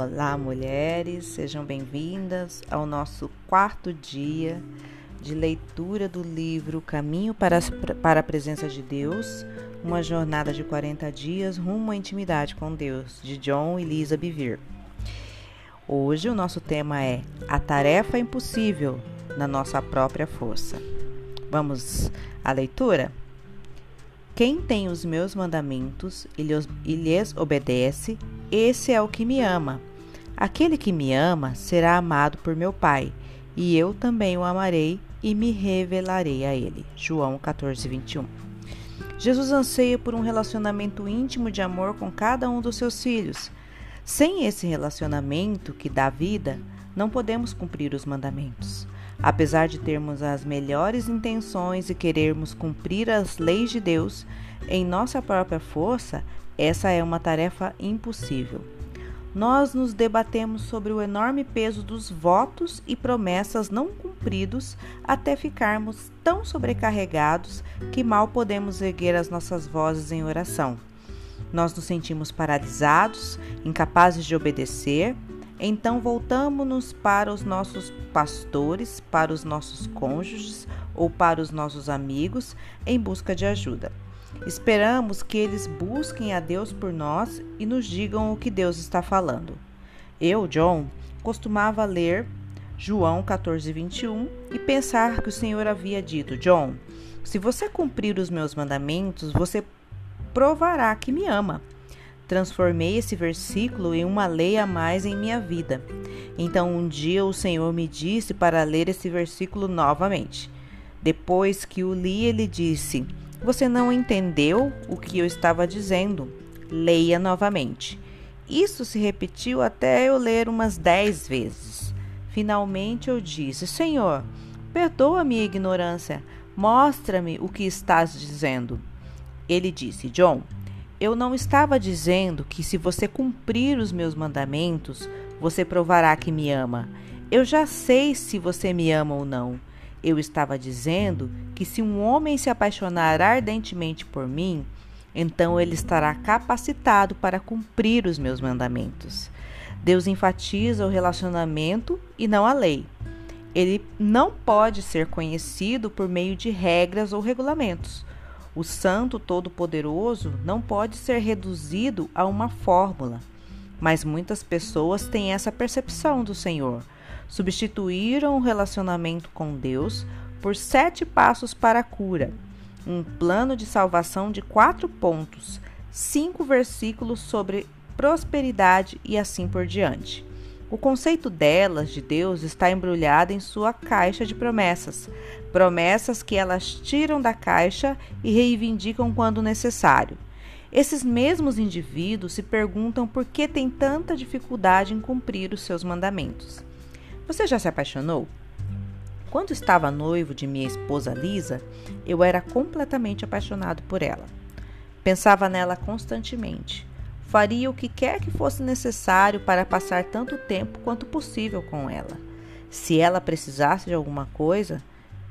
Olá, mulheres, sejam bem-vindas ao nosso quarto dia de leitura do livro Caminho para a Presença de Deus, uma jornada de 40 dias rumo à intimidade com Deus, de John e Lisa Bevere. Hoje o nosso tema é A Tarefa Impossível na Nossa Própria Força. Vamos à leitura? Quem tem os meus mandamentos e lhes obedece, esse é o que me ama. Aquele que me ama será amado por meu Pai, e eu também o amarei e me revelarei a ele. João 14:21. Jesus anseia por um relacionamento íntimo de amor com cada um dos seus filhos. Sem esse relacionamento que dá vida, não podemos cumprir os mandamentos. Apesar de termos as melhores intenções e querermos cumprir as leis de Deus, em nossa própria força, essa é uma tarefa impossível. Nós nos debatemos sobre o enorme peso dos votos e promessas não cumpridos até ficarmos tão sobrecarregados que mal podemos erguer as nossas vozes em oração. Nós nos sentimos paralisados, incapazes de obedecer. Então voltamos-nos para os nossos pastores, para os nossos cônjuges ou para os nossos amigos em busca de ajuda. Esperamos que eles busquem a Deus por nós e nos digam o que Deus está falando. Eu, John, costumava ler João 14:21 e pensar que o Senhor havia dito: John, se você cumprir os meus mandamentos, você provará que me ama. Transformei esse versículo em uma lei a mais em minha vida. Então um dia o Senhor me disse para ler esse versículo novamente. Depois que o li, ele disse: Você não entendeu o que eu estava dizendo? Leia novamente. Isso se repetiu até eu ler umas 10 vezes. Finalmente eu disse: Senhor, perdoa minha ignorância. Mostra-me o que estás dizendo. Ele disse: John, eu não estava dizendo que se você cumprir os meus mandamentos, você provará que me ama. Eu já sei se você me ama ou não. Eu estava dizendo que se um homem se apaixonar ardentemente por mim, então ele estará capacitado para cumprir os meus mandamentos. Deus enfatiza o relacionamento e não a lei. Ele não pode ser conhecido por meio de regras ou regulamentos. O Santo Todo-Poderoso não pode ser reduzido a uma fórmula, mas muitas pessoas têm essa percepção do Senhor. Substituíram o relacionamento com Deus por 7 passos para a cura, um plano de salvação de 4 pontos, 5 versículos sobre prosperidade e assim por diante. O conceito delas, de Deus, está embrulhado em sua caixa de promessas. Promessas que elas tiram da caixa e reivindicam quando necessário. Esses mesmos indivíduos se perguntam por que têm tanta dificuldade em cumprir os seus mandamentos. Você já se apaixonou? Quando estava noivo de minha esposa Lisa, eu era completamente apaixonado por ela. Pensava nela constantemente. Faria o que quer que fosse necessário para passar tanto tempo quanto possível com ela. Se ela precisasse de alguma coisa,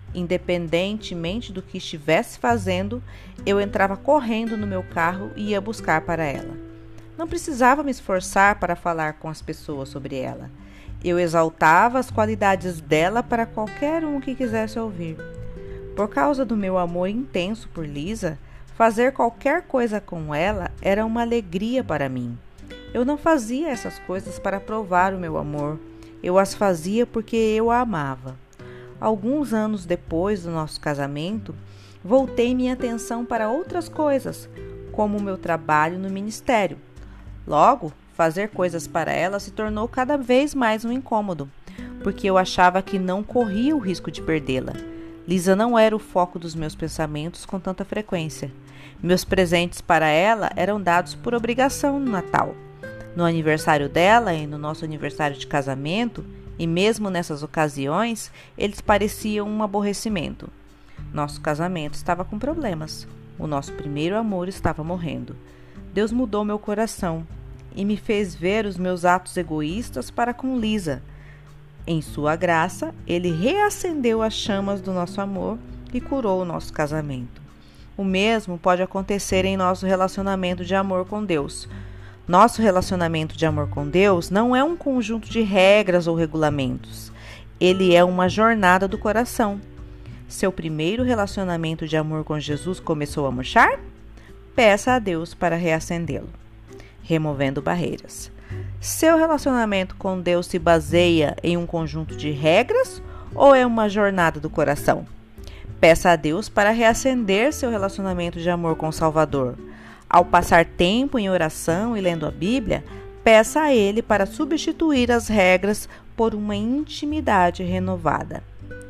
independentemente do que estivesse fazendo, eu entrava correndo no meu carro e ia buscar para ela. Não precisava me esforçar para falar com as pessoas sobre ela. Eu exaltava as qualidades dela para qualquer um que quisesse ouvir. Por causa do meu amor intenso por Lisa, fazer qualquer coisa com ela era uma alegria para mim. Eu não fazia essas coisas para provar o meu amor. Eu as fazia porque eu a amava. Alguns anos depois do nosso casamento, voltei minha atenção para outras coisas, como o meu trabalho no ministério. Logo, fazer coisas para ela se tornou cada vez mais um incômodo, porque eu achava que não corria o risco de perdê-la. Lisa não era o foco dos meus pensamentos com tanta frequência. Meus presentes para ela eram dados por obrigação no Natal. No aniversário dela e no nosso aniversário de casamento, e mesmo nessas ocasiões, eles pareciam um aborrecimento. Nosso casamento estava com problemas. O nosso primeiro amor estava morrendo. Deus mudou meu coração e me fez ver os meus atos egoístas para com Lisa. Em sua graça, ele reacendeu as chamas do nosso amor e curou o nosso casamento. O mesmo pode acontecer em nosso relacionamento de amor com Deus. Nosso relacionamento de amor com Deus não é um conjunto de regras ou regulamentos. Ele é uma jornada do coração. Seu primeiro relacionamento de amor com Jesus começou a murchar? Peça a Deus para reacendê-lo, removendo barreiras. Seu relacionamento com Deus se baseia em um conjunto de regras ou é uma jornada do coração? Peça a Deus para reacender seu relacionamento de amor com o Salvador. Ao passar tempo em oração e lendo a Bíblia, peça a Ele para substituir as regras por uma intimidade renovada.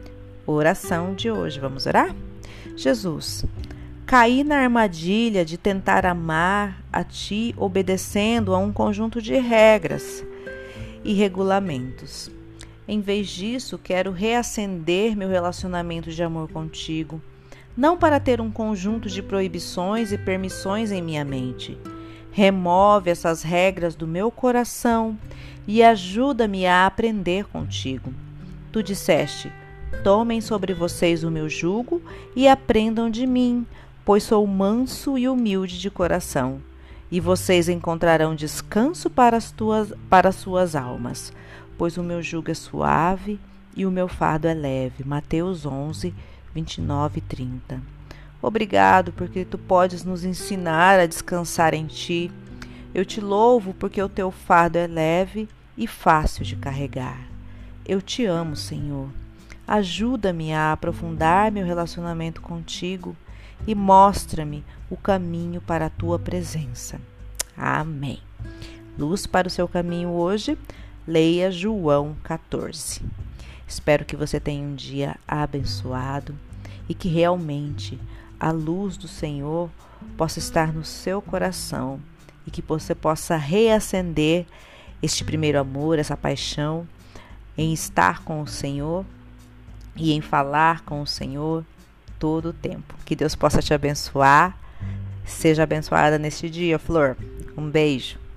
Oração de hoje, vamos orar? Jesus, caí na armadilha de tentar amar a Ti obedecendo a um conjunto de regras e regulamentos. Em vez disso, quero reacender meu relacionamento de amor contigo, não para ter um conjunto de proibições e permissões em minha mente. Remove essas regras do meu coração e ajuda-me a aprender contigo. Tu disseste: tomem sobre vocês o meu jugo e aprendam de mim, pois sou manso e humilde de coração, e vocês encontrarão descanso para as suas almas, pois o meu jugo é suave e o meu fardo é leve. Mateus 11, 29 e 30. Obrigado porque tu podes nos ensinar a descansar em ti. Eu te louvo porque o teu fardo é leve e fácil de carregar. Eu te amo, Senhor. Ajuda-me a aprofundar meu relacionamento contigo e mostra-me o caminho para a tua presença. Amém. Luz para o seu caminho hoje, leia João 14. Espero que você tenha um dia abençoado e que realmente a luz do Senhor possa estar no seu coração e que você possa reacender este primeiro amor, essa paixão em estar com o Senhor e em falar com o Senhor todo o tempo. Que Deus possa te abençoar. Seja abençoada neste dia, Flor. Um beijo.